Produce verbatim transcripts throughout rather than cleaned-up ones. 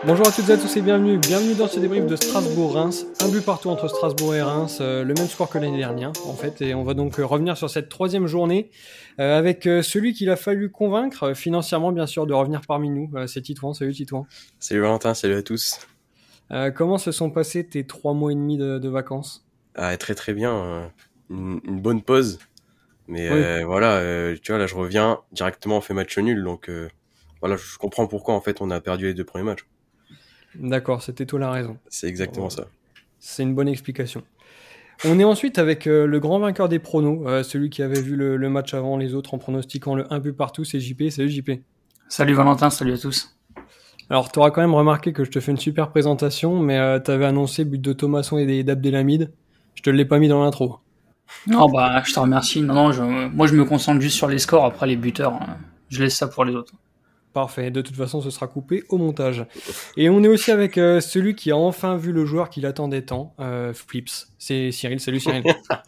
Bonjour à toutes et à tous et bienvenue, bienvenue dans ce débrief de Strasbourg-Reims, un but partout entre Strasbourg et Reims, euh, le même score que l'année dernière en fait, et on va donc euh, revenir sur cette troisième journée euh, avec euh, celui qu'il a fallu convaincre euh, financièrement bien sûr de revenir parmi nous, euh, c'est Titouan. Salut Titouan. Salut Valentin, salut à tous. Euh, comment se sont passés tes trois mois et demi de, de vacances? Ah, très très bien, euh, une, une bonne pause, mais Oui, euh, voilà, euh, tu vois là je reviens directement on fait match nul, donc euh, voilà je comprends pourquoi en fait on a perdu les deux premiers matchs. d'accord, c'était toi la raison. C'est Bon, exactement euh, ça. c'est une bonne explication. On est ensuite avec euh, le grand vainqueur des pronos, euh, celui qui avait vu le, le match avant les autres en pronostiquant le un but partout, c'est J P. Salut J P. Salut Valentin, salut à tous. Alors, tu auras quand même remarqué que je te fais une super présentation, mais euh, tu avais annoncé but de Thomasson et d'Abdelhamid. Je te l'ai pas mis dans l'intro. Non, bah, je te remercie. Non, non, je, moi je me concentre juste sur les scores. Après les buteurs, hein, je laisse ça pour les autres. Parfait, de toute façon, ce sera coupé au montage. Et on est aussi avec euh, celui qui a enfin vu le joueur qu'il attendait tant, euh, Flips. C'est Cyril, salut Cyril.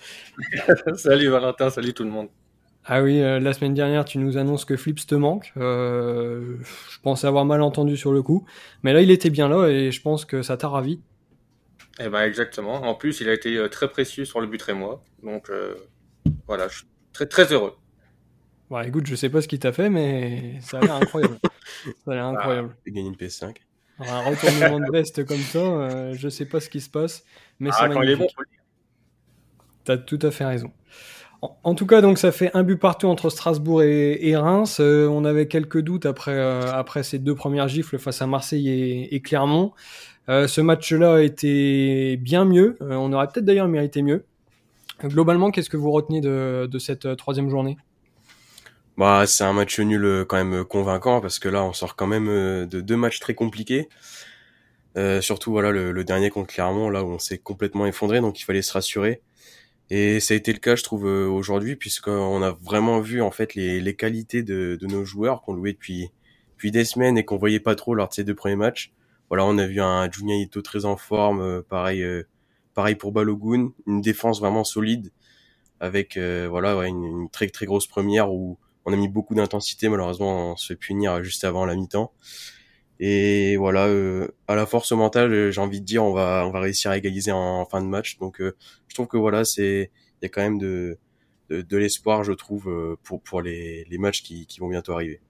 Salut Valentin, salut tout le monde. Ah oui, euh, la semaine dernière, tu nous annonces que Flips te manque. Euh, je pensais avoir mal entendu sur le coup. Mais là, il était bien là et je pense que ça t'a ravi. Eh ben exactement. En plus, il a été euh, très précieux sur le but rémois. Donc euh, voilà, je suis très très heureux. Bon, écoute, je sais pas ce qu'il t'a fait, mais ça a l'air incroyable. Ça a l'air Ah, incroyable. J'ai gagné une P S cinq. Alors, un retournement de veste comme ça, euh, je sais pas ce qui se passe, mais c'est ah, quand il est bon, magnifique. faut le dire. T'as tout à fait raison. En, en tout cas, donc ça fait un but partout entre Strasbourg et, et Reims. Euh, on avait quelques doutes après euh, après ces deux premières gifles face à Marseille et, et Clermont. Euh, ce match-là a été bien mieux. Euh, on aurait peut-être d'ailleurs mérité mieux. Globalement, qu'est-ce que vous retenez de, de cette euh, troisième journée? Bah c'est un match nul euh, quand même euh, convaincant parce que là on sort quand même euh, de deux matchs très compliqués. Euh, surtout voilà le, le dernier contre Clermont là où on s'est complètement effondré, donc il fallait se rassurer. Et ça a été le cas, je trouve, euh, aujourd'hui, puisqu'on a vraiment vu en fait les, les qualités de, de nos joueurs qu'on louait depuis, depuis des semaines et qu'on voyait pas trop lors de ces deux premiers matchs. Voilà, on a vu un Junya Ito très en forme, euh, pareil, euh, pareil pour Balogun, une défense vraiment solide avec euh, voilà ouais, une, une très très grosse première où on a mis beaucoup d'intensité. Malheureusement, on se fait punir juste avant la mi-temps. Et voilà, euh, à la force mentale, euh, j'ai envie de dire, on va, on va réussir à égaliser en, en fin de match. Donc, euh, je trouve que voilà, c'est, il y a quand même de, de, de l'espoir, je trouve, euh, pour pour les, les matchs qui, qui vont bientôt arriver.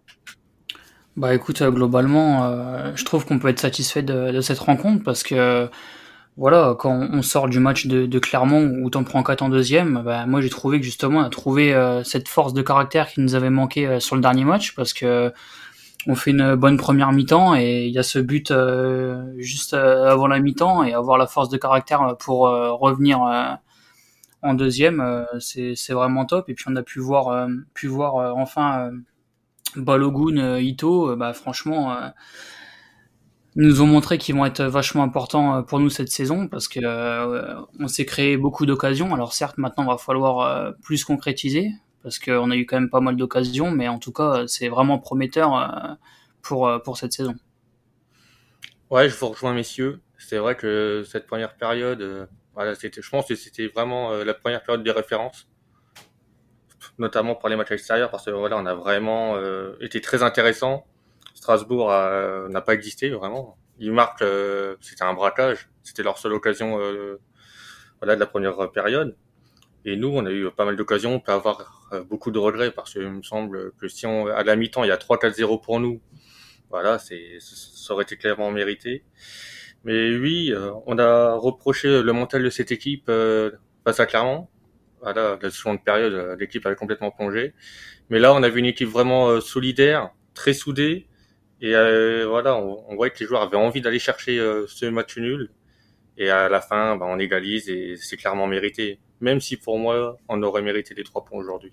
Bah écoute, euh, globalement, euh, je trouve qu'on peut être satisfait de, de cette rencontre parce que voilà, quand on sort du match de, de Clermont où t'en prends quatre en deuxième, bah moi j'ai trouvé que justement on a trouvé euh, cette force de caractère qui nous avait manqué euh, sur le dernier match parce que on fait une bonne première mi-temps et il y a ce but euh, juste euh, avant la mi-temps et avoir la force de caractère pour euh, revenir euh, en deuxième, euh, c'est c'est vraiment top. Et puis on a pu voir euh, pu voir euh, enfin euh, Balogun, euh, Ito, euh, bah franchement euh, ils nous ont montré qu'ils vont être vachement importants euh, pour nous cette saison parce que euh, on s'est créé beaucoup d'occasions. Alors certes maintenant il va falloir euh, plus concrétiser parce qu'on a eu quand même pas mal d'occasions, mais en tout cas c'est vraiment prometteur euh, pour euh, pour cette saison. Ouais, je vous rejoins messieurs. C'est vrai que cette première période, euh, voilà, c'était, je pense que c'était vraiment euh, la première période des références, notamment pour les matchs extérieurs, parce que voilà, on a vraiment euh, été très intéressant. Strasbourg a- n'a pas existé vraiment. Ils marquent, euh, c'était un braquage, c'était leur seule occasion, euh, voilà, de la première période. Et nous, on a eu pas mal d'occasions, on peut avoir euh, beaucoup de regrets parce qu'il me semble que si on, à la mi-temps, il y a trois quatre zéro pour nous, voilà, c'est, ça aurait été clairement mérité. Mais oui, euh, on a reproché le mental de cette équipe euh, face à Clermont. Voilà, la seconde période, euh, l'équipe avait complètement plongé. Mais là, on a vu une équipe vraiment euh, solidaire, très soudée. Et euh, voilà, on, on voit que les joueurs avaient envie d'aller chercher euh, ce match nul. Et à la fin, bah, on égalise et c'est clairement mérité. Même si pour moi, on aurait mérité les trois points aujourd'hui.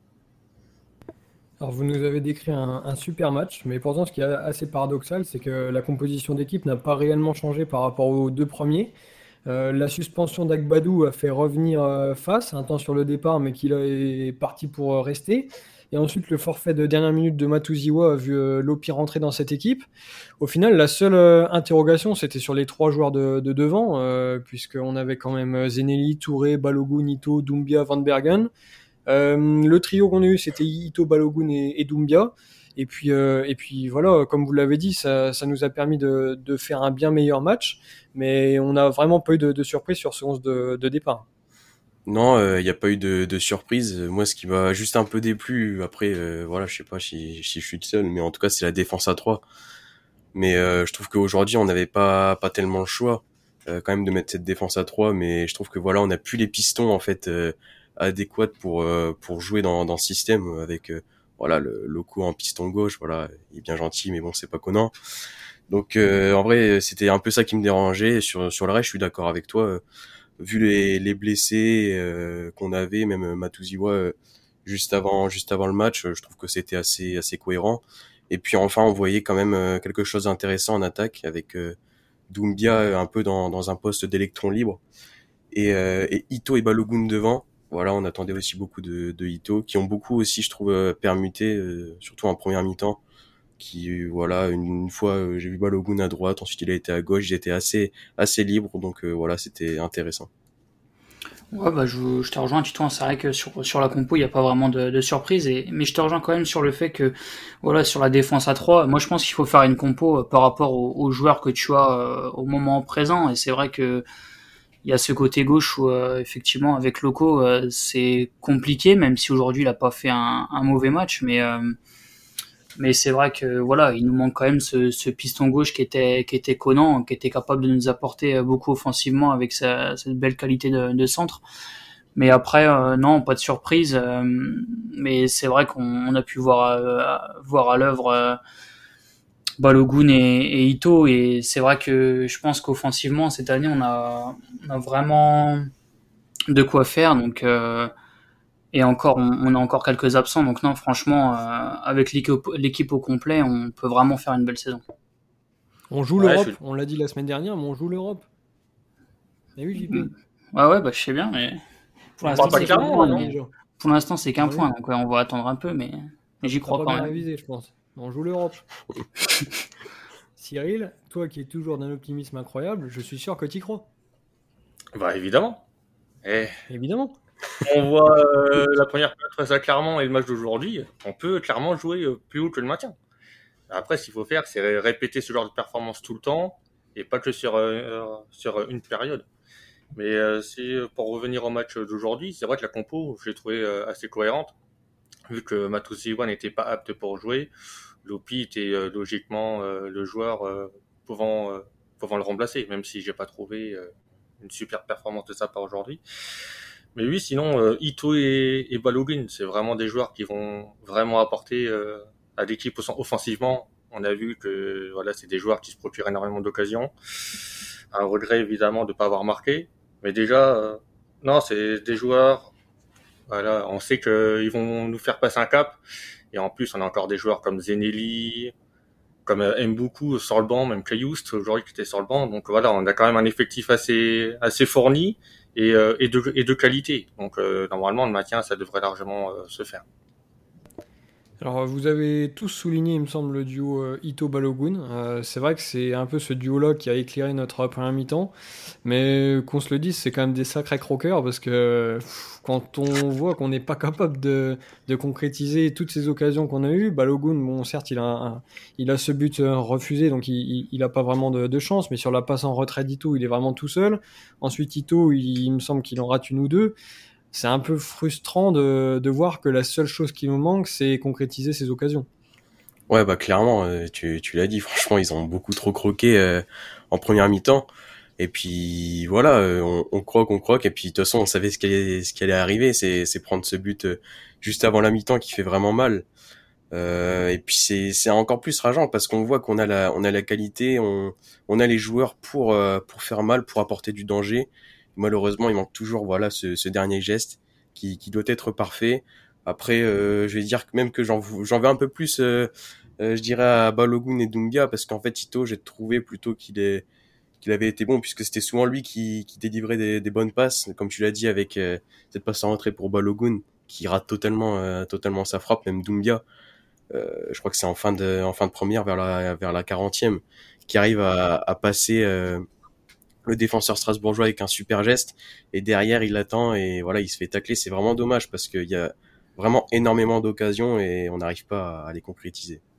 Alors, vous nous avez décrit un, un super match, mais pourtant, ce qui est assez paradoxal, c'est que la composition d'équipe n'a pas réellement changé par rapport aux deux premiers. Euh, la suspension d'Agbadou a fait revenir euh, Fass, un temps sur le départ, mais qu'il est parti pour euh, rester. Et ensuite, le forfait de dernière minute de Matuziwa a vu euh, Lopi rentrer dans cette équipe. Au final, la seule euh, interrogation, c'était sur les trois joueurs de, de devant, euh, puisqu'on avait quand même Zeneli, Touré, Balogun, Ito, Doumbia, Van Bergen. Euh, le trio qu'on a eu, c'était Ito, Balogun et, et Doumbia. Et puis, euh, et puis voilà, comme vous l'avez dit, ça, ça nous a permis de, de faire un bien meilleur match, mais on n'a vraiment pas eu de, de surprise sur ce onze de, de départ. Non, il euh, n'y a pas eu de, de surprise. Moi, ce qui m'a juste un peu déplu, après, euh, voilà, je sais pas si, si je suis le seul, mais en tout cas, c'est la défense à trois. Mais euh, je trouve qu'aujourd'hui, on n'avait pas pas tellement le choix, euh, quand même, de mettre cette défense à trois. Mais je trouve que voilà, on n'a plus les pistons en fait euh, adéquats pour euh, pour jouer dans dans ce système avec euh, voilà le Loco en piston gauche. Voilà, il est bien gentil, mais bon, c'est pas Conan. Donc euh, en vrai, c'était un peu ça qui me dérangeait. Sur sur le reste, je suis d'accord avec toi. Euh, vu les, les blessés euh, qu'on avait, même Matuziwa euh, juste avant juste avant le match, je trouve que c'était assez assez cohérent. Et puis enfin, on voyait quand même euh, quelque chose d'intéressant en attaque avec euh, Doumbia euh, un peu dans dans un poste d'électron libre et, euh, et Ito et Balogun devant. Voilà, on attendait aussi beaucoup de, de Ito, qui ont beaucoup aussi, je trouve, euh, permuté, euh, surtout en première mi-temps. Qui voilà, une, une fois euh, j'ai vu Balogun à droite, ensuite il a été à gauche, j'étais assez assez libre, donc euh, voilà, c'était intéressant. Ouais, bah, je, je te rejoins, Titouan. C'est vrai que sur, sur la compo, il n'y a pas vraiment de, de surprise. Et, mais je te rejoins quand même sur le fait que, voilà, sur la défense à trois, moi, je pense qu'il faut faire une compo euh, par rapport aux, aux joueurs que tu as euh, au moment présent. Et c'est vrai que il y a ce côté gauche où, euh, effectivement, avec Loco, euh, c'est compliqué, même si aujourd'hui, il a pas fait un, un mauvais match. Mais, euh, mais c'est vrai que, voilà, il nous manque quand même ce, ce piston gauche qui était, qui était Conan, qui était capable de nous apporter beaucoup offensivement avec sa, cette belle qualité de, de centre. Mais après, euh, non, pas de surprise. Euh, mais c'est vrai qu'on on a pu voir, euh, voir à l'œuvre euh, Balogun et, et Ito. Et c'est vrai que je pense qu'offensivement, cette année, on a, on a vraiment de quoi faire. Donc, euh, et encore, on, on a encore quelques absents. Donc non, franchement, euh, avec l'équipe, l'équipe au complet, on peut vraiment faire une belle saison. On joue Ouais, l'Europe, je suis- on l'a dit la semaine dernière, mais on joue l'Europe. Eh oui, J P. Ouais, ouais, bah, je sais bien, mais pour On l'instant, parle pas c'est de qu'un clairement, point. là, non Mais déjà. pour l'instant, c'est qu'un Ah oui. point. Donc, ouais, on va attendre un peu, mais, mais j'y T'as crois pas quand bien même. révisé, je pense. On joue l'Europe. Cyril, toi qui es toujours d'un optimisme incroyable, je suis sûr que tu y crois. Bah évidemment. Eh, Évidemment. on voit euh, la première période face à Clermont et le match d'aujourd'hui, on peut clairement jouer euh, plus haut que le maintien. Après, ce qu'il faut faire, c'est ré- répéter ce genre de performance tout le temps et pas que sur, euh, sur une période. Mais euh, si, pour revenir au match d'aujourd'hui, c'est vrai que la compo, je l'ai trouvée euh, assez cohérente, vu que Matusiwa n'était pas apte pour jouer. Lopi était euh, logiquement euh, le joueur euh, pouvant, euh, pouvant le remplacer, même si j'ai pas trouvé euh, une super performance de sa part aujourd'hui. Mais oui, sinon, euh, Ito et, et Balogun, c'est vraiment des joueurs qui vont vraiment apporter euh, à l'équipe offensivement. On a vu que voilà, c'est des joueurs qui se procurent énormément d'occasions. Un regret évidemment de ne pas avoir marqué, mais déjà, euh, non, c'est des joueurs. Voilà, on sait qu'ils vont nous faire passer un cap. Et en plus, on a encore des joueurs comme Zeneli, comme euh, Mboukou sur le banc, même Kayoust aujourd'hui qui était sur le banc. Donc voilà, on a quand même un effectif assez assez fourni et, euh, et, de, et de qualité. Donc euh, normalement, le maintien, ça devrait largement euh, se faire. Alors, vous avez tous souligné, il me semble, le duo euh, Ito-Balogun. Euh, c'est vrai que c'est un peu ce duo-là qui a éclairé notre première mi-temps. Mais qu'on se le dise, c'est quand même des sacrés croqueurs parce que pff, quand on voit qu'on n'est pas capable de, de concrétiser toutes ces occasions qu'on a eues, Balogun, bon, certes, il a, un- il a ce but euh, refusé, donc il n'a pas vraiment de, de chance. Mais sur la passe en retrait d'Ito, il est vraiment tout seul. Ensuite, Ito, il, il me semble qu'il en rate une ou deux. C'est un peu frustrant de, de voir que la seule chose qui nous manque, c'est concrétiser ces occasions. Ouais, bah clairement, euh, tu, tu l'as dit, franchement, ils ont beaucoup trop croqué euh, en première mi-temps. Et puis voilà, euh, on, on croque, on croque, et puis de toute façon, on savait ce qui allait, ce qui allait arriver, c'est, c'est prendre ce but euh, juste avant la mi-temps qui fait vraiment mal. Euh, et puis c'est, c'est encore plus rageant parce qu'on voit qu'on a la, on a la qualité, on, on a les joueurs pour, euh, pour faire mal, pour apporter du danger. Malheureusement, il manque toujours voilà ce, ce dernier geste qui, qui doit être parfait. Après, euh, je vais dire que même que j'en, j'en veux un peu plus, euh, euh, je dirais à Balogun et Doumbia parce qu'en fait, Ito, j'ai trouvé plutôt qu'il est qu'il avait été bon puisque c'était souvent lui qui, qui délivrait des, des bonnes passes, comme tu l'as dit avec euh, cette passe en rentrée pour Balogun qui rate totalement euh, totalement sa frappe, même Doumbia. Euh, je crois que c'est en fin de en fin de première vers la vers la quarantième qui arrive à, à passer euh, le défenseur strasbourgeois avec un super geste et derrière il attend et voilà il se fait tacler. C'est vraiment dommage parce qu'il y a vraiment énormément d'occasions et on n'arrive pas à les concrétiser.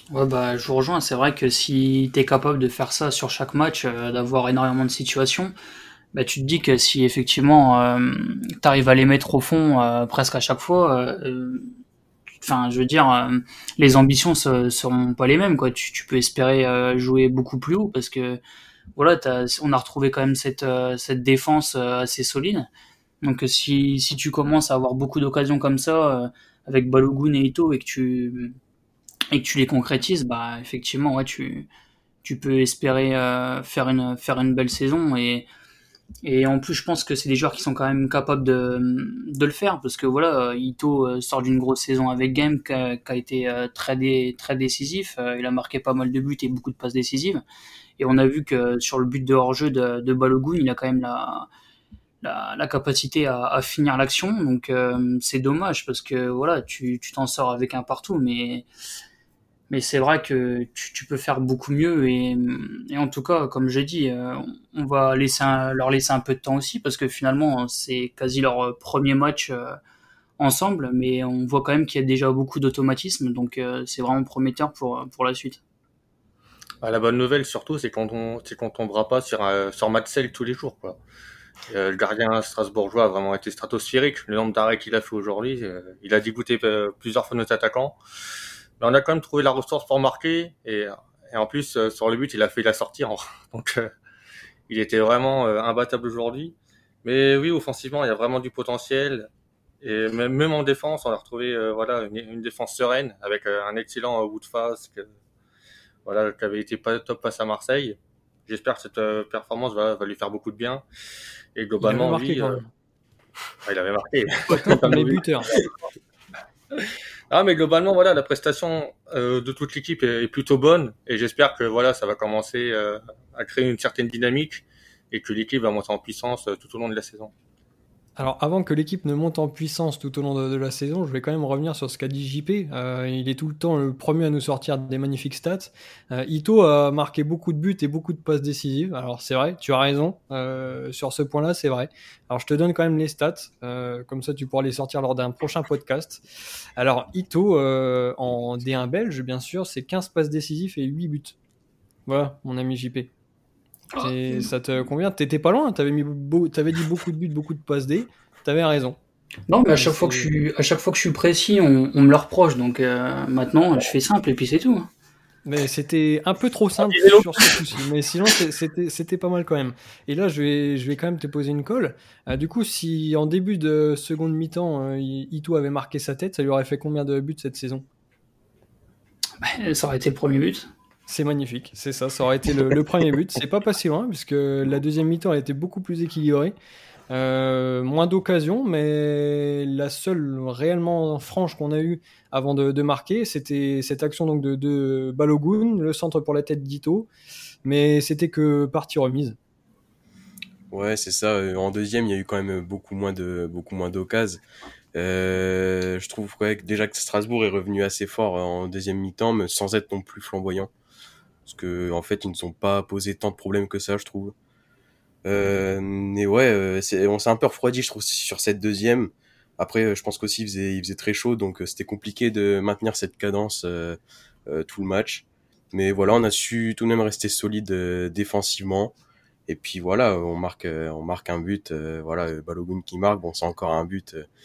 Ouais, bah, je vous rejoins. C'est vrai que si t'es capable de faire ça sur chaque match, euh, d'avoir énormément de situations, bah, tu te dis que si effectivement euh, t'arrives à les mettre au fond euh, presque à chaque fois, euh, enfin, je veux dire, euh, les ambitions se, seront pas les mêmes, quoi. Tu, tu peux espérer euh, jouer beaucoup plus haut parce que voilà, t'as, on a retrouvé quand même cette euh, cette défense euh, assez solide. Donc euh, si si tu commences à avoir beaucoup d'occasions comme ça euh, avec Balogun et Ito et que tu et que tu les concrétises, bah effectivement, ouais, tu tu peux espérer euh, faire une faire une belle saison et et en plus je pense que c'est des joueurs qui sont quand même capables de de le faire parce que voilà, euh, Ito euh, sort d'une grosse saison avec Game qui a, qui a été euh, très dé, très décisif, euh, il a marqué pas mal de buts et beaucoup de passes décisives et on a vu que sur le but de hors-jeu de, de Balogun, il a quand même la la, la capacité à, à finir l'action, donc euh, c'est dommage parce que voilà, tu tu t'en sors avec un partout, mais mais c'est vrai que tu, tu peux faire beaucoup mieux et, et en tout cas, comme j'ai dit, euh, on va laisser un- leur laisser un peu de temps aussi parce que finalement c'est quasi leur premier match euh, ensemble, mais on voit quand même qu'il y a déjà beaucoup d'automatisme, donc euh, c'est vraiment prometteur pour pour la suite. Ah, la bonne nouvelle surtout, c'est qu'on on, c'est qu'on tombera pas sur, un- sur Matzel tous les jours, quoi. Euh, le gardien strasbourgeois a vraiment été stratosphérique. Le nombre d'arrêts qu'il a fait aujourd'hui, euh, il a dégoûté euh, plusieurs fois nos attaquants. Mais on a quand même trouvé la ressource pour marquer. Et, et en plus, euh, sur le but, il a fait la sortie. En- Donc, euh, il était vraiment euh, imbattable aujourd'hui. Mais oui, offensivement, il y a vraiment du potentiel. Et même, même en défense, on a retrouvé euh, voilà une, une défense sereine avec euh, un excellent euh, Woodface que, voilà, qui avait été pas top face à Marseille. J'espère que cette euh, performance va, va lui faire beaucoup de bien. Et Il avait globalement, marqué oui, quand euh, même. ah, il avait marqué. Pas top, Comme mais Louis. buteur. Ah, mais globalement, voilà, la prestation euh, de toute l'équipe est, est plutôt bonne. Et j'espère que voilà, ça va commencer euh, à créer une certaine dynamique et que l'équipe va monter en puissance euh, tout au long de la saison. Alors, avant que l'équipe ne monte en puissance tout au long de, de la saison, je vais quand même revenir sur ce qu'a dit J P. Euh, il est tout le temps le premier à nous sortir des magnifiques stats. Euh, Ito a marqué beaucoup de buts et beaucoup de passes décisives. Alors, c'est vrai, tu as raison. Euh, sur ce point-là, c'est vrai. Alors, je te donne quand même les stats. Euh, comme ça, tu pourras les sortir lors d'un prochain podcast. Alors, Ito, euh, en D un belge, bien sûr, c'est quinze passes décisives et huit buts. Voilà, mon ami J P. C'est, ça te convient? T'étais pas loin, t'avais mis beau, t'avais dit beaucoup de buts, beaucoup de passes D, t'avais raison. Non, mais à Mais chaque fois que je c'est, suis à chaque fois que je suis précis, on, on me le reproche, donc euh, maintenant je fais simple et puis c'est tout. mais c'était un peu trop simple Disais-le. sur ce coup-ci. Mais sinon, c'est- c'était, c'était pas mal quand même. Et là, je vais, je vais quand même te poser une colle. Euh, du coup, si en début de seconde mi-temps, euh, Ito avait marqué sa tête, ça lui aurait fait combien de buts cette saison? Ça aurait été le premier but. C'est magnifique, c'est ça, ça aurait été le, le premier but. C'est pas passé loin, puisque la deuxième mi-temps, elle était beaucoup plus équilibrée. Euh, moins d'occasions, mais la seule réellement franche qu'on a eue avant de, de marquer, c'était cette action donc de, de Balogun, le centre pour la tête d'Ito, mais c'était que partie remise. Ouais, c'est ça. Euh, En deuxième, il y a eu quand même beaucoup moins de beaucoup moins d'occasions. Euh, je trouve ouais, que déjà que Strasbourg est revenu assez fort euh, en deuxième mi-temps, mais sans être non plus flamboyant. Parce que en fait, ils ne sont pas posé tant de problèmes que ça, je trouve. Euh, mais ouais, euh, c'est, on s'est un peu refroidi, je trouve, sur cette deuxième. Après, euh, je pense qu'aussi il faisait, il faisait très chaud, donc euh, c'était compliqué de maintenir cette cadence euh, euh, tout le match. Mais voilà, on a su tout de même rester solide euh, défensivement. Et puis voilà, on marque, euh, on marque un but. Euh, voilà, euh, Balogun qui marque, bon, c'est encore un but. euh,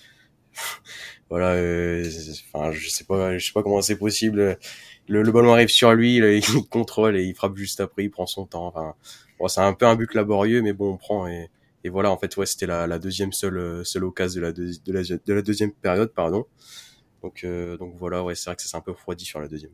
voilà, euh, c'est- enfin, je sais pas, je sais pas comment c'est possible. Le, le ballon arrive sur lui, il, il contrôle et il frappe juste après, il prend son temps. Enfin, bon, c'est un peu un but laborieux, mais bon, on prend et, et voilà. En fait, ouais, c'était la, la deuxième seule, euh, seule occasion de la, deux- de la, de la deuxième période, pardon. Donc, euh, donc voilà, ouais, c'est vrai que ça s'est un peu refroidi sur la deuxième.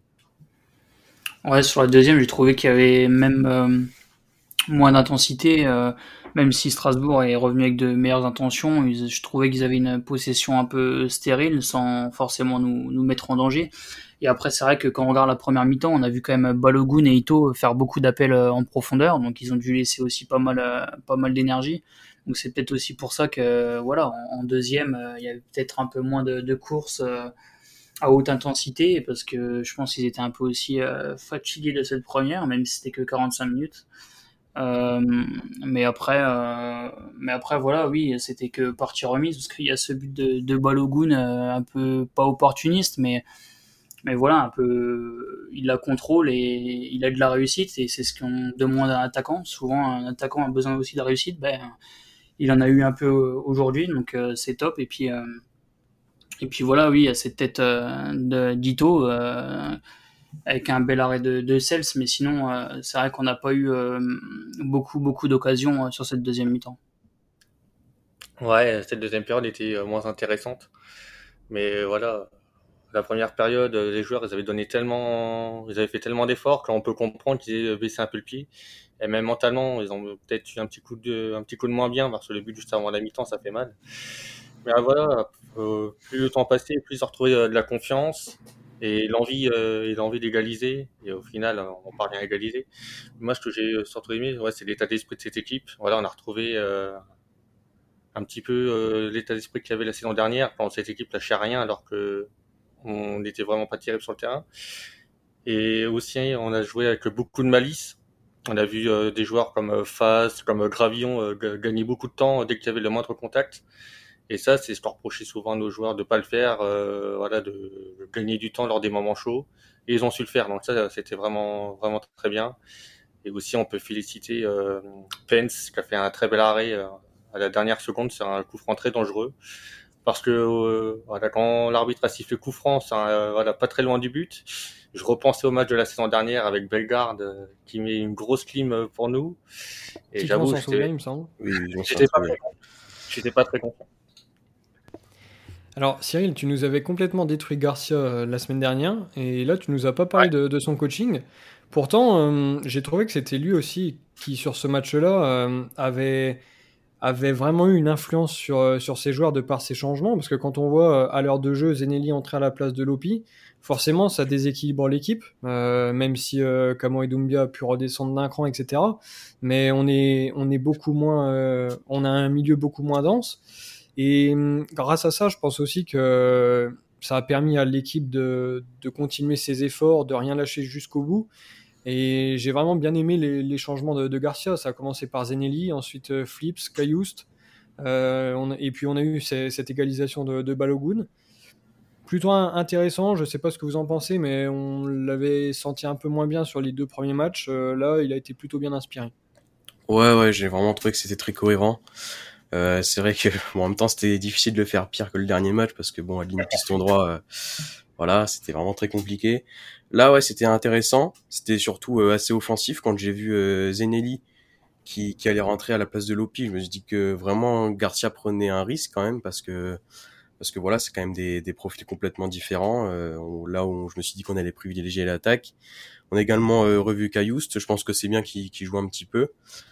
Ouais, sur la deuxième, j'ai trouvé qu'il y avait même euh, moins d'intensité, euh, même si Strasbourg est revenu avec de meilleures intentions. Ils- je trouvais qu'ils avaient une possession un peu stérile, sans forcément nous, nous mettre en danger. Et après, c'est vrai que quand on regarde la première mi-temps, on a vu quand même Balogun et Ito faire beaucoup d'appels euh, en profondeur, donc ils ont dû laisser aussi pas mal, euh, pas mal d'énergie. Donc c'est peut-être aussi pour ça que, voilà, en, en deuxième, euh, il y avait peut-être un peu moins de, de courses euh, à haute intensité, parce que je pense qu'ils étaient un peu aussi euh, fatigués de cette première, même si c'était que quarante-cinq minutes. Euh, mais après, euh, mais après voilà, oui, c'était que partie remise parce qu'il y a ce but de, de Balogun euh, un peu pas opportuniste, mais mais voilà, un peu, il la contrôle et il a de la réussite, et c'est ce qu'on demande à un attaquant. Souvent, un attaquant a besoin aussi de réussite, ben, il en a eu un peu aujourd'hui, donc euh, c'est top. Et puis, euh, et puis voilà, oui, il y a cette tête euh, de d'Ito, euh, avec un bel arrêt de, de Cels, mais sinon, euh, c'est vrai qu'on n'a pas eu euh, beaucoup, beaucoup d'occasions euh, sur cette deuxième mi-temps. Ouais, cette deuxième période était euh, moins intéressante. Mais euh, voilà, la première période, euh, les joueurs, ils avaient donné tellement, ils avaient fait tellement d'efforts qu'on peut comprendre qu'ils aient baissé un peu le pied. Et même mentalement, ils ont peut-être eu un petit coup de, un petit coup de moins bien, parce que le but juste avant la mi-temps, ça fait mal. Mais euh, voilà, euh, plus le temps passait, plus ils ont retrouvé euh, de la confiance et l'envie, euh, et l'envie d'égaliser. Et au final, euh, on parvient à égaliser. Moi, ce que j'ai euh, surtout aimé, ouais, c'est l'état d'esprit de cette équipe. Voilà, on a retrouvé euh, un petit peu euh, l'état d'esprit qu'il y avait la saison dernière, quand cette équipe lâchait rien alors que on n'était vraiment pas terrible sur le terrain. Et aussi, on a joué avec beaucoup de malice. On a vu euh, des joueurs comme euh, Fast, comme euh, Gravillon euh, g- gagner beaucoup de temps euh, dès qu'il y avait le moindre contact. Et ça, c'est ce qu'on reprochait souvent à nos joueurs de pas le faire, euh, voilà, de, de gagner du temps lors des moments chauds. Et ils ont su le faire. Donc ça, c'était vraiment, vraiment très bien. Et aussi, on peut féliciter euh, Pence qui a fait un très bel arrêt euh, à la dernière seconde sur un coup franc très dangereux. Parce que euh, voilà, quand l'arbitre a sifflé coup franc, c'est un, euh, voilà, pas très loin du but. Je repensais au match de la saison dernière avec Bellegarde euh, qui met une grosse clim euh, pour nous. Et Titouan j'avoue, s'en souvient, j'étais, il me semble. Oui, j'en sais j'étais pas très bien. très confiant. J'étais pas très confiant. Alors, Cyril, tu nous avais complètement détruit Garcia euh, la semaine dernière, et là, tu nous as pas Ouais. parlé de, de son coaching. Pourtant, euh, j'ai trouvé que c'était lui aussi qui, sur ce match-là, euh, avait, avait vraiment eu une influence sur, euh, sur ses joueurs de par ses changements, parce que quand on voit euh, à l'heure de jeu Zenelli entrer à la place de Lopi, forcément, ça déséquilibre l'équipe, euh, même si euh, Kamo et Doumbia a pu redescendre d'un cran, et cetera. Mais on est, on est beaucoup moins, euh, on a un milieu beaucoup moins dense. Et hum, grâce à ça, je pense aussi que ça a permis à l'équipe de, de continuer ses efforts, de rien lâcher jusqu'au bout. Et j'ai vraiment bien aimé les, les changements de, de Garcia. Ça a commencé par Zenelli, ensuite euh, Flips, Cayoust, euh, on- et puis on a eu ces- cette égalisation de, de Balogun. Plutôt un- intéressant, je ne sais pas ce que vous en pensez, mais on l'avait senti un peu moins bien sur les deux premiers matchs. Euh, là, il a été plutôt bien inspiré. Ouais, ouais, j'ai vraiment trouvé que c'était très cohérent. Euh, c'est vrai que, bon, en même temps, c'était difficile de le faire pire que le dernier match parce que, bon, à ligne piston droit, euh, voilà, c'était vraiment très compliqué. Là, ouais, c'était intéressant. C'était surtout euh, assez offensif quand j'ai vu euh, Zenelli qui, qui allait rentrer à la place de Lopi. Je me suis dit que vraiment Garcia prenait un risque quand même parce que parce que voilà, c'est quand même des, des profils complètement différents. Euh, on- là où je me suis dit qu'on allait privilégier l'attaque. On a également euh, revu Cayoust. Je pense que c'est bien qu'il qu'il joue un petit peu.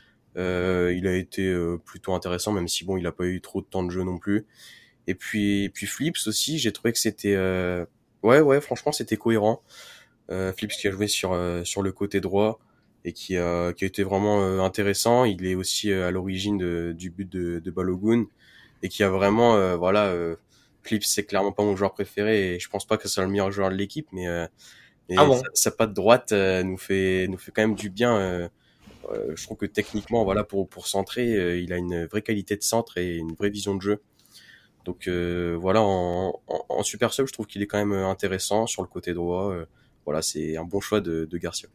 Euh, il a été euh, plutôt intéressant, même si bon, il a pas eu trop de temps de jeu non plus. Et puis, et puis Flips aussi, j'ai trouvé que c'était, euh, ouais, ouais, franchement, c'était cohérent. Euh, Flips qui a joué sur euh, sur le côté droit et qui a qui a été vraiment euh, intéressant. Il est aussi euh, à l'origine de, du but de, de Balogun et qui a vraiment, euh, voilà, euh, Flips c'est clairement pas mon joueur préféré et je pense pas que ce soit le meilleur joueur de l'équipe, mais euh, Ah mais sa, bon? sa patte droite euh, nous fait nous fait quand même du bien. Euh, euh, je trouve que techniquement, voilà, pour pour centrer, euh, il a une vraie qualité de centre et une vraie vision de jeu. Donc euh, voilà, en, en, en super sub, je trouve qu'il est quand même intéressant sur le côté droit. Euh, voilà, c'est un bon choix de, de Garcia.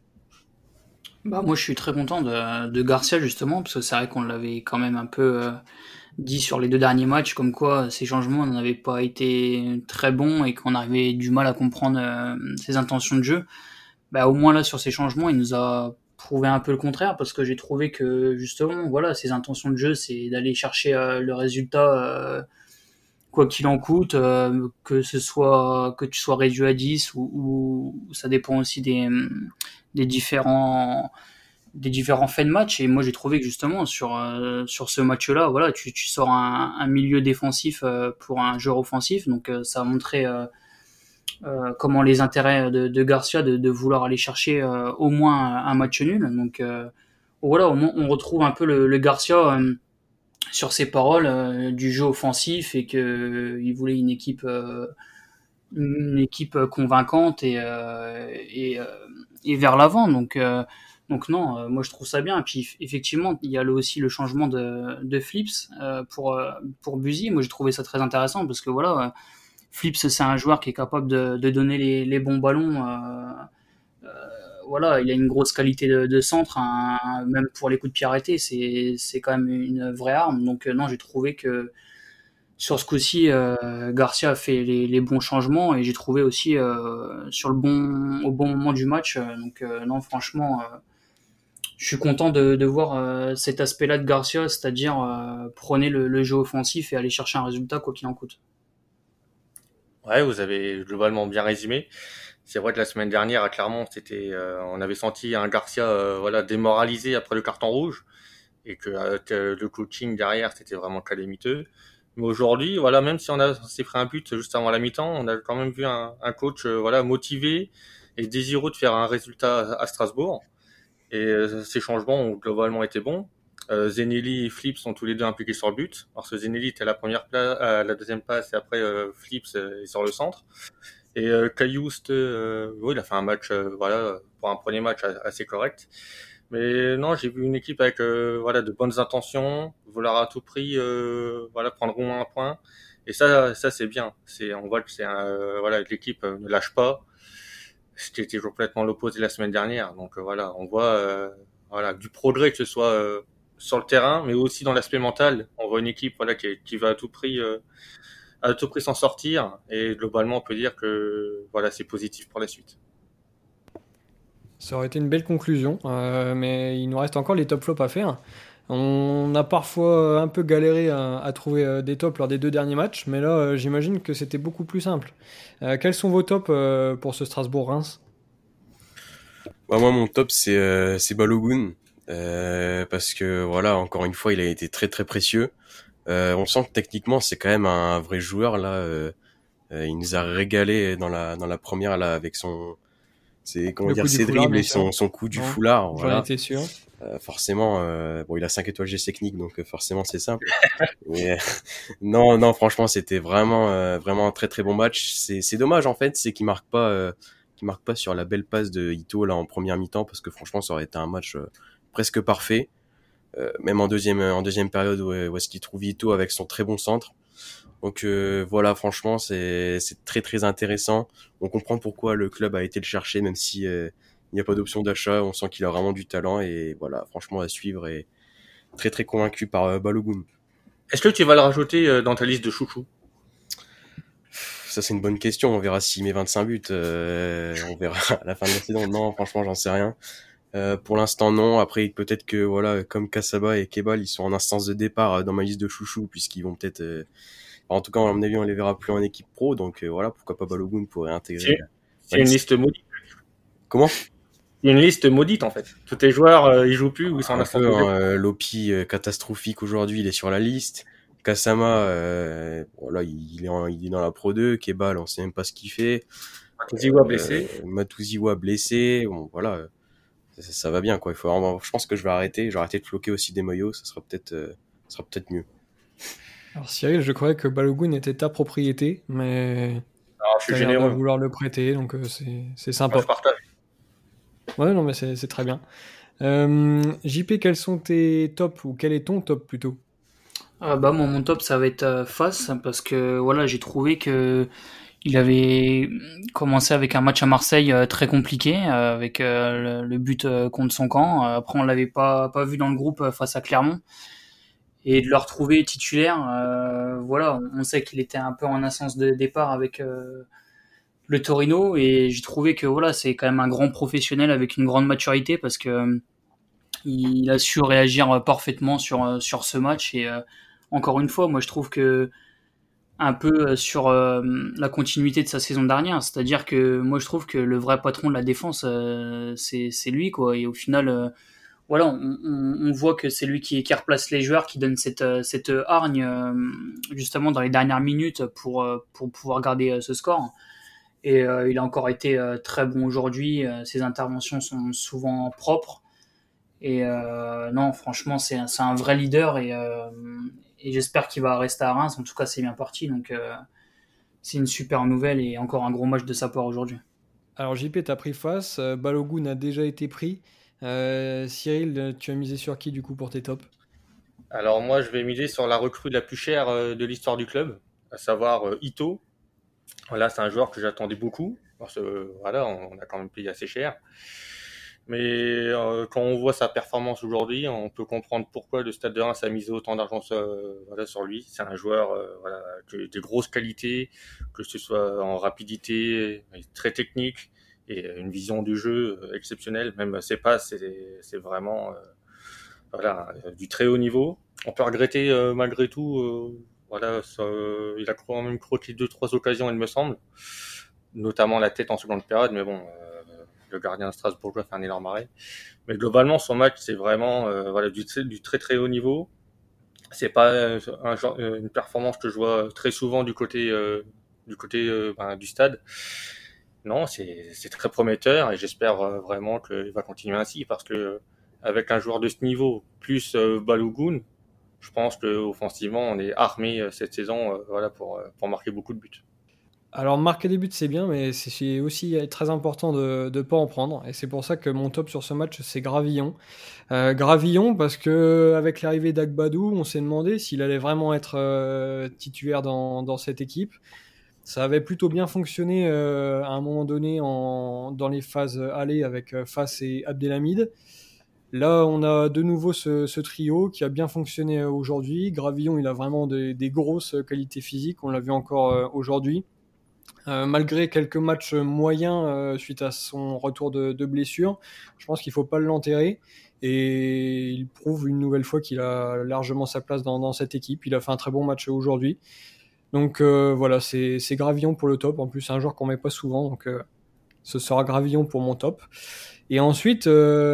Bah, moi, je suis très content de, de Garcia, justement, parce que c'est vrai qu'on l'avait quand même un peu euh, dit sur les deux derniers matchs, comme quoi ces changements n'avaient pas été très bons et qu'on avait du mal à comprendre euh, ses intentions de jeu. Bah, au moins là, sur ces changements, il nous a prouvé un peu le contraire, parce que j'ai trouvé que, justement, voilà, ses intentions de jeu, c'est d'aller chercher euh, le résultat euh, quoi qu'il en coûte, euh, que ce soit que tu sois réduit à dix, ou, ou ça dépend aussi des, des différents des différents faits de match. Et moi, j'ai trouvé que justement sur euh, sur ce match-là, voilà, tu, tu sors un, un milieu défensif euh, pour un joueur offensif, donc euh, ça a montré euh, euh, comment les intérêts de, de Garcia de, de vouloir aller chercher euh, au moins un match nul. Donc euh, voilà, au moins on retrouve un peu le, le Garcia euh, sur ses paroles euh, du jeu offensif, et que euh, il voulait une équipe euh, une équipe convaincante et euh, et, euh, et vers l'avant. Donc euh, donc non, euh, moi je trouve ça bien. Et puis effectivement, il y a le, aussi le changement de, de Flips euh, pour euh, pour Buzy. Moi j'ai trouvé ça très intéressant, parce que voilà, Flips, c'est un joueur qui est capable de, de donner les, les bons ballons. Euh, euh, voilà, il a une grosse qualité de, de centre, un- même pour les coups de pied arrêtés, c'est, c'est quand même une vraie arme. Donc euh, non, j'ai trouvé que sur ce coup-ci, euh, Garcia a fait les, les bons changements et j'ai trouvé aussi euh, sur le bon, au bon moment du match. euh, donc euh, non, franchement, euh, je suis content de, de voir euh, cet aspect-là de Garcia, c'est-à-dire euh, prenez le, le jeu offensif et aller chercher un résultat quoi qu'il en coûte. Ouais, vous avez globalement bien résumé. C'est vrai que la semaine dernière à Clermont, c'était, euh, on avait senti un Garcia, euh, voilà, démoralisé après le carton rouge, et que, euh, que le coaching derrière, c'était vraiment calamiteux. Mais aujourd'hui, voilà, même si on a on s'est pris un but juste avant la mi-temps, on a quand même vu un, un coach, euh, voilà, motivé et désireux de faire un résultat à Strasbourg. Et euh, ces changements ont globalement été bons. Euh, Zenelli et Flips sont tous les deux impliqués sur le but. Parce que Zenelli était à la première place, à la deuxième passe, et après euh, Flips euh, est sur le centre. Et euh, Caillouste, euh, oui, il a fait un match, euh, voilà, pour un premier match assez correct. Mais non, j'ai vu une équipe avec, euh, voilà, de bonnes intentions, vouloir à tout prix, euh, voilà, prendre au moins un point. Et ça, ça c'est bien. C'est, on voit que c'est, un, euh, voilà, l'équipe euh, ne lâche pas. C'était complètement l'opposé la semaine dernière. Donc euh, voilà, on voit, euh, voilà, du progrès, que ce soit euh, sur le terrain, mais aussi dans l'aspect mental. On voit une équipe, voilà, qui, qui va à tout prix. Euh, à tout prix s'en sortir, et globalement on peut dire que voilà, c'est positif pour la suite. Ça aurait été une belle conclusion, euh, mais il nous reste encore les top flops à faire. On a parfois un peu galéré à, à trouver euh, des tops lors des deux derniers matchs, mais là euh, j'imagine que c'était beaucoup plus simple. Euh, quels sont vos tops euh, pour ce Strasbourg-Reims? Bah, moi, mon top, c'est euh, c'est Balogun. Euh, parce que, voilà, encore une fois, il a été très très précieux. Euh, on sent que techniquement, c'est quand même un vrai joueur, là. Euh, euh, il nous a régalé dans la, dans la première, là, avec son... C'est, comment Le dire, coup du ses foulard, dribbles bien et sûr. son, son coup du Bon, foulard, j'en voilà. étais sûr. Euh, forcément, euh, bon, il a cinq étoiles G technique, donc euh, forcément c'est simple. Mais euh, non, non, franchement, c'était vraiment, euh, vraiment un très très bon match. C'est, c'est dommage en fait, c'est qu'il marque pas, euh, qu'il marque pas sur la belle passe de Ito là en première mi-temps, parce que franchement, ça aurait été un match euh, presque parfait. Euh, même en deuxième, en deuxième période où, où est-ce qu'il trouve Ito avec son très bon centre. Donc euh, voilà, franchement, c'est, c'est très très intéressant. On comprend pourquoi le club a été le chercher, même si euh, il n'y a pas d'option d'achat. On sent qu'il a vraiment du talent et voilà, franchement à suivre et très très convaincu par euh, Balogun. Est-ce que tu vas le rajouter euh, dans ta liste de chouchous? Ça c'est une bonne question. On verra s'il met vingt-cinq buts. Euh, on verra à la fin de la saison. Non, franchement, j'en sais rien. Euh, pour l'instant, non. Après, peut-être que voilà, comme Kasaba et Kebal, ils sont en instance de départ euh, dans ma liste de chouchous, puisqu'ils vont peut-être. Euh... enfin, en tout cas, à mon avis, on les verra plus en équipe pro. Donc euh, voilà, pourquoi pas Balogun pourrait intégrer C'est, euh, ma c'est une liste. liste maudite. Comment? Il y a une liste maudite en fait. Tous tes joueurs, euh, ils jouent plus ou ils sont en Un instance peu, de hein, départ. euh, Lopi euh, catastrophique aujourd'hui, il est sur la liste. Kasama, euh, voilà, il est, en, il est dans la Pro deux. Kebal, on sait même pas ce qu'il fait. Ziwa Euh, blessé. Matuziwa blessé. Bon, voilà, euh, ça, ça va bien, quoi. Il faut vraiment- je pense que je vais arrêter. Je vais arrêter de floquer aussi des maillots. Ça sera peut-être, euh, ça sera peut-être mieux. Alors Cyril, je croyais que Balogun était ta propriété, mais Alors je suis t'as l'air de généreux. vouloir le prêter, donc euh, c'est c'est Moi sympa. je partage. Ouais, non, mais c'est c'est très bien. Euh, J P, quels sont tes tops, ou quel est ton top plutôt? Euh, bah moi mon top ça va être euh, Fass parce que voilà j'ai trouvé que il avait commencé avec un match à Marseille euh, très compliqué euh, avec euh, le, le but euh, contre son camp. Euh, après on l'avait pas pas vu dans le groupe euh, face à Clermont et de le retrouver titulaire. Euh, voilà on, on sait qu'il était un peu en instance de départ avec euh, le Torino et j'ai trouvé que voilà c'est quand même un grand professionnel avec une grande maturité parce que euh, il a su réagir parfaitement sur euh, sur ce match et euh, encore une fois moi je trouve que un peu euh, sur euh, la continuité de sa saison dernière. C'est-à-dire que moi je trouve que le vrai patron de la défense euh, c'est c'est lui quoi. Et au final euh, voilà on, on, on voit que c'est lui qui, qui replace les joueurs, qui donne cette euh, cette hargne euh, justement dans les dernières minutes pour euh, pour pouvoir garder euh, ce score. Et euh, il a encore été euh, très bon aujourd'hui. Euh, ses interventions sont souvent propres. Et euh, non, franchement, c'est un, c'est un vrai leader et, euh, et j'espère qu'il va rester à Reims. En tout cas, c'est bien parti. Donc, euh, c'est une super nouvelle et encore un gros match de sa part aujourd'hui. Alors J P, t'as pris face, euh, Balogun a déjà été pris. Euh, Cyril, euh, tu as misé sur qui du coup pour tes tops? Alors moi je vais miser sur la recrue la plus chère euh, de l'histoire du club, à savoir euh, Ito. Voilà, c'est un joueur que j'attendais beaucoup, parce que voilà, on, on a quand même payé assez cher. Mais euh, quand on voit sa performance aujourd'hui, on peut comprendre pourquoi le Stade de Reims a misé autant d'argent sur, euh, voilà, sur lui. C'est un joueur euh, voilà, qui a de grosses qualités, que ce soit en rapidité, très technique, et une vision du jeu euh, exceptionnelle. Même ses passes, c'est, c'est vraiment euh, voilà, euh, du très haut niveau. On peut regretter euh, malgré tout, euh, voilà, ça, euh, il a quand même croqué deux trois occasions, il me semble, notamment la tête en seconde période, mais bon, euh, le gardien strasbourgeois fait un énorme arrêt. Mais globalement, son match, c'est vraiment euh, voilà, du, du très très haut niveau. C'est pas euh, un genre, euh, une performance que je vois très souvent du côté euh, du côté euh, ben, du stade. Non, c'est c'est très prometteur et j'espère euh, vraiment qu'il va continuer ainsi parce que euh, avec un joueur de ce niveau plus euh, Balogun, je pense que offensivement on est armé euh, cette saison euh, voilà pour euh, pour marquer beaucoup de buts. Alors marquer des buts c'est bien, mais c'est c'est aussi très important de ne pas en prendre. Et c'est pour ça que mon top sur ce match c'est Gravillon. Euh, Gravillon parce que avec l'arrivée d'Agbadou, on s'est demandé s'il allait vraiment être euh, titulaire dans, dans cette équipe. Ça avait plutôt bien fonctionné euh, à un moment donné en, dans les phases allées avec euh, Fass et Abdelhamid. Là, on a de nouveau ce, ce trio qui a bien fonctionné euh, aujourd'hui. Gravillon, il a vraiment des, des grosses qualités physiques. On l'a vu encore euh, aujourd'hui. Euh, malgré quelques matchs moyens euh, suite à son retour de, de blessure, je pense qu'il ne faut pas l'enterrer. Et il prouve une nouvelle fois qu'il a largement sa place dans, dans cette équipe. Il a fait un très bon match aujourd'hui. Donc euh, voilà, c'est, c'est Gravillon pour le top. En plus, c'est un joueur qu'on met pas souvent, donc euh, ce sera Gravillon pour mon top. Et ensuite,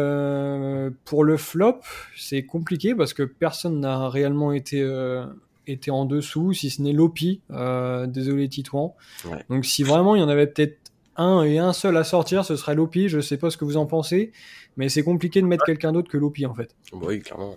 euh, pour le flop, c'est compliqué parce que personne n'a réellement été, euh, été en dessous, si ce n'est Lopi. Euh, désolé Titouan. Ouais. Donc si vraiment il y en avait peut-être un et un seul à sortir, ce serait Lopi. Je sais pas ce que vous en pensez, mais c'est compliqué de mettre quelqu'un d'autre que Lopi en fait. Oui, clairement.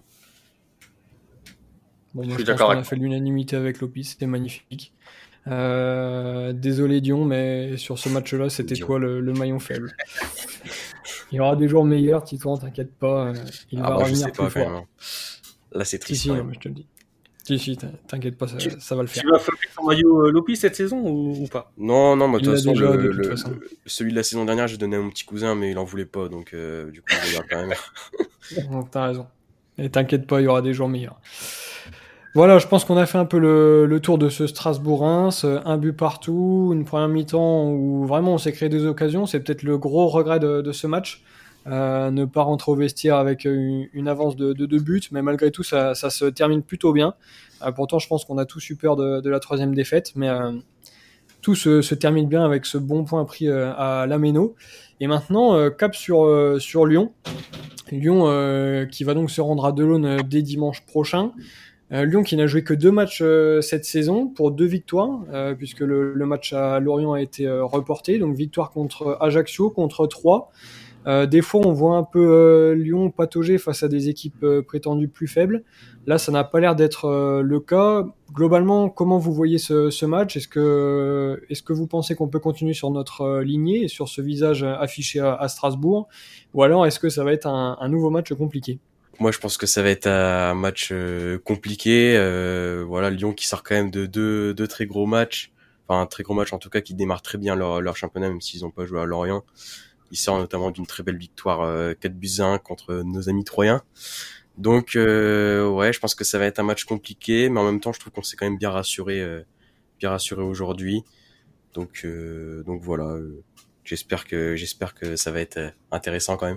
Bon, Je moi, suis je pense d'accord qu'on a avec fait l'unanimité avec Lopi, c'était magnifique. Euh, désolé Dion, mais sur ce match-là, c'était Dion. toi le, le maillon faible. Il y aura des jours meilleurs, Titouan, t'inquiète pas, euh, il Ah va bah je revenir sais plus pas quand fort. même. hein. Là c'est Si, triste si, quand non, même. mais je te le dis. Si, si, t'in- t'inquiète pas, ça, Tu, ça va le faire. tu vas flopper ton maillot euh, Lopi cette saison ou, ou pas? Non, non, mais de Il toute l'a façon, déjà, de le, toute le, façon. le- celui de la saison dernière, j'ai donné à mon petit cousin, mais il en voulait pas, donc euh, du coup, je le garde quand même. Donc, t'as raison. Et t'inquiète pas, il y aura des jours meilleurs. Voilà, je pense qu'on a fait un peu le, le tour de ce Strasbourg-Reims. euh, Un but partout, une première mi-temps où vraiment on s'est créé des occasions. C'est peut-être le gros regret de, de ce match. Euh, ne pas rentrer au vestiaire avec une, une avance de, de deux buts, mais malgré tout, ça, ça se termine plutôt bien. Euh, pourtant, je pense qu'on a tous eu peur de, de la troisième défaite, mais euh, tout se, se termine bien avec ce bon point pris euh, à Lameno. Et maintenant, euh, cap sur, euh, sur Lyon. Lyon euh, qui va donc se rendre à Delaune euh, dès dimanche prochain. Euh, Lyon qui n'a joué que deux matchs euh, cette saison pour deux victoires, euh, puisque le, le match à Lorient a été euh, reporté. Donc victoire contre Ajaccio, contre Troyes. Euh, des fois, on voit un peu euh, Lyon patauger face à des équipes euh, prétendues plus faibles. Là, ça n'a pas l'air d'être euh, le cas. Globalement, comment vous voyez ce, ce match? Est-ce que, est-ce que vous pensez qu'on peut continuer sur notre euh, lignée et sur ce visage euh, affiché à, à Strasbourg? Ou alors, est-ce que ça va être un, un nouveau match compliqué? Moi, je pense que ça va être un match euh, compliqué. Euh, voilà, Lyon qui sort quand même de deux, deux très gros matchs. Enfin, un très gros match en tout cas qui démarre très bien leur, leur championnat, même s'ils n'ont pas joué à Lorient. Ils sortent notamment d'une très belle victoire euh, quatre buts à un contre nos amis troyens. Donc, euh, ouais, je pense que ça va être un match compliqué, mais en même temps, je trouve qu'on s'est quand même bien rassuré, euh, bien rassuré aujourd'hui. Donc, euh, donc voilà. euh, j'espère que, j'espère que ça va être euh, intéressant quand même.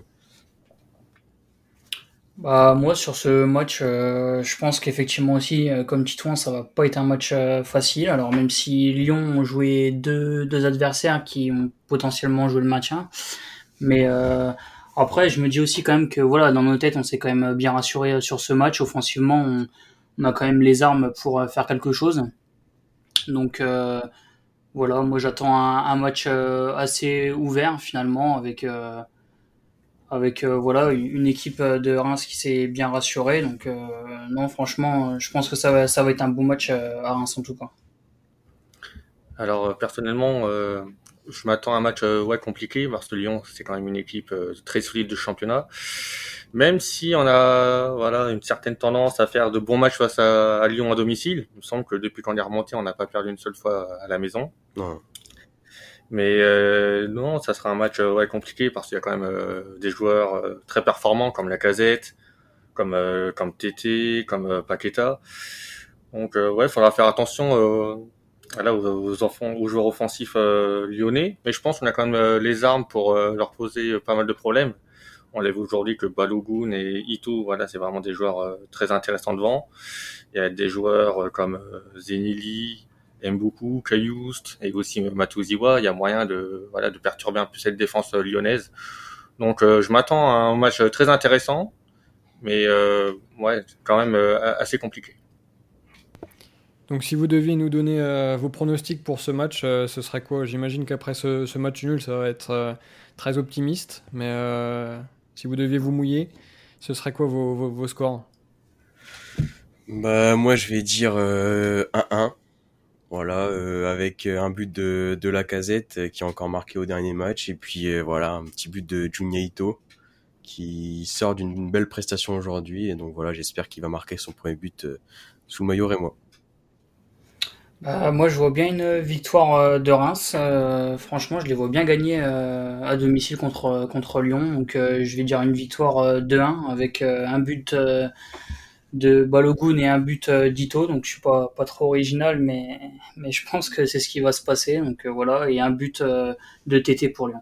Bah moi sur ce match, euh, je pense qu'effectivement aussi, euh, comme Titouan, ça va pas être un match euh, facile. Alors même si Lyon ont joué deux, deux adversaires qui ont potentiellement joué le maintien, mais euh, après je me dis aussi quand même que voilà, dans nos têtes on s'est quand même bien rassuré sur ce match. Offensivement, on, on a quand même les armes pour euh, faire quelque chose. Donc euh, voilà, moi j'attends un, un match euh, assez ouvert finalement avec euh, avec euh, voilà une équipe de Reims qui s'est bien rassurée. Donc euh, non, franchement, je pense que ça va, ça va être un bon match euh, à Reims en tout cas. Alors euh, personnellement, euh, je m'attends à un match euh, ouais compliqué parce que Lyon c'est quand même une équipe euh, très solide de championnat. Même si on a voilà une certaine tendance à faire de bons matchs face à, à Lyon à domicile, il me semble que depuis qu'on est remonté, on n'a pas perdu une seule fois à la maison. Non. Mais euh, non, ça sera un match euh, ouais, compliqué parce qu'il y a quand même euh, des joueurs euh, très performants comme Lacazette, comme euh, comme Tété, comme euh, Paqueta. Donc euh, ouais, il faudra faire attention euh, voilà, aux, aux, enfants, aux joueurs offensifs euh, lyonnais. Mais je pense qu'on a quand même euh, les armes pour euh, leur poser euh, pas mal de problèmes. On l'a vu aujourd'hui que Balogun et Ito, voilà, c'est vraiment des joueurs euh, très intéressants devant. Il y a des joueurs euh, comme euh, Zenili, Mboukou, Kayust et aussi Matuziwa. Il y a moyen de voilà de perturber un peu cette défense euh, lyonnaise. Donc euh, je m'attends à un match très intéressant, mais euh, ouais, quand même euh, assez compliqué. Donc si vous deviez nous donner euh, vos pronostics pour ce match, euh, ce serait quoi? J'imagine qu'après ce, ce match nul, ça va être euh, très optimiste, mais euh, si vous deviez vous mouiller, ce serait quoi vos, vos, vos scores? Bah moi je vais dire euh, un un. Voilà, euh, avec un but de, de Lacazette euh, qui a encore marqué au dernier match et puis euh, voilà un petit but de Junya Ito qui sort d'une belle prestation aujourd'hui et donc voilà j'espère qu'il va marquer son premier but euh, sous le maillot rémois. Bah, moi, je vois bien une victoire euh, de Reims. Euh, franchement, je les vois bien gagner euh, à domicile contre, contre Lyon. Donc, euh, je vais dire une victoire euh, deux un avec euh, un but euh, de Balogun et un but euh, d'Ito. Donc, je suis pas, pas trop original, mais, mais je pense que c'est ce qui va se passer. Donc, euh, voilà. Et un but euh, de T T pour Lyon.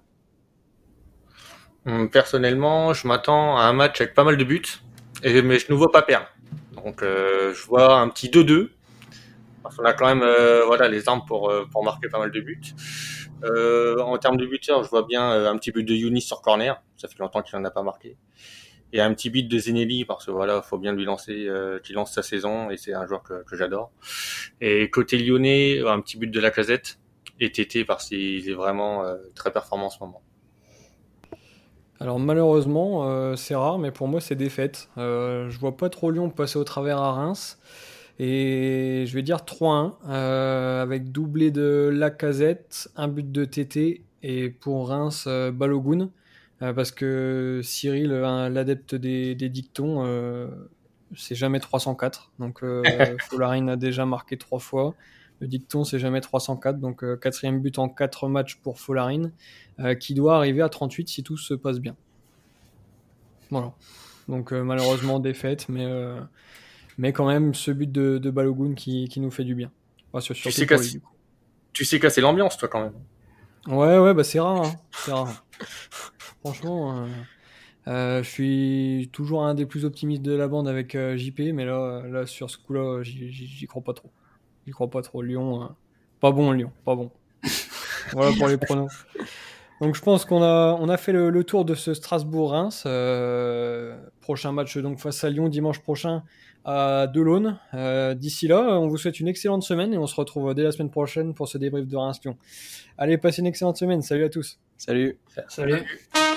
Hum, Personnellement, je m'attends à un match avec pas mal de buts, et, mais je ne vois pas perdre. Donc euh, je vois un petit deux deux. Parce qu'on a quand même euh, voilà les armes pour euh, pour marquer pas mal de buts. Euh, en termes de buteurs, je vois bien euh, un petit but de Younis sur corner. Ça fait longtemps qu'il en a pas marqué. Et un petit but de Zenelli parce que voilà, faut bien lui lancer, euh, qu'il lance sa saison et c'est un joueur que, que j'adore. Et côté lyonnais, un petit but de Lacazette et Tété parce qu'il est vraiment euh, très performant en ce moment. Alors malheureusement, euh, c'est rare, mais pour moi c'est défaite. Euh, je vois pas trop Lyon passer au travers à Reims. Et je vais dire trois un, euh, avec doublé de Lacazette, un but de T T, et pour Reims, euh, Balogun. Euh, parce que Cyril, un- l'adepte des, des dictons, euh, c'est jamais trois cent quatre. Donc euh, Folarin a déjà marqué trois fois. Le dicton, c'est jamais trois cent quatre. Donc euh, quatrième but en quatre matchs pour Folarin, euh, qui doit arriver à trente-huit si tout se passe bien. Voilà. Donc euh, malheureusement défaite, mais, euh, mais quand même ce but de, de Balogun qui, qui nous fait du bien. Enfin, sur- Tu surtout sais pour lui casser, du coup. tu sais casser l'ambiance toi quand même. Ouais, ouais, bah c'est rare, hein. C'est rare. Franchement, euh, euh, je suis toujours un des plus optimistes de la bande avec euh, J P, mais là, là sur ce coup-là, j'y, j'y- j'y crois pas trop. J'y crois pas trop. Lyon, euh, pas bon Lyon, pas bon. Voilà pour les pronos. Donc je pense qu'on a, on a fait le, le tour de ce Strasbourg-Reims. Euh, prochain match donc face à Lyon dimanche prochain à Delaune. Euh, d'ici là, on vous souhaite une excellente semaine et on se retrouve dès la semaine prochaine pour ce débrief de Reims-Lyon. Allez, passez une excellente semaine. Salut à tous. Salut. Salut.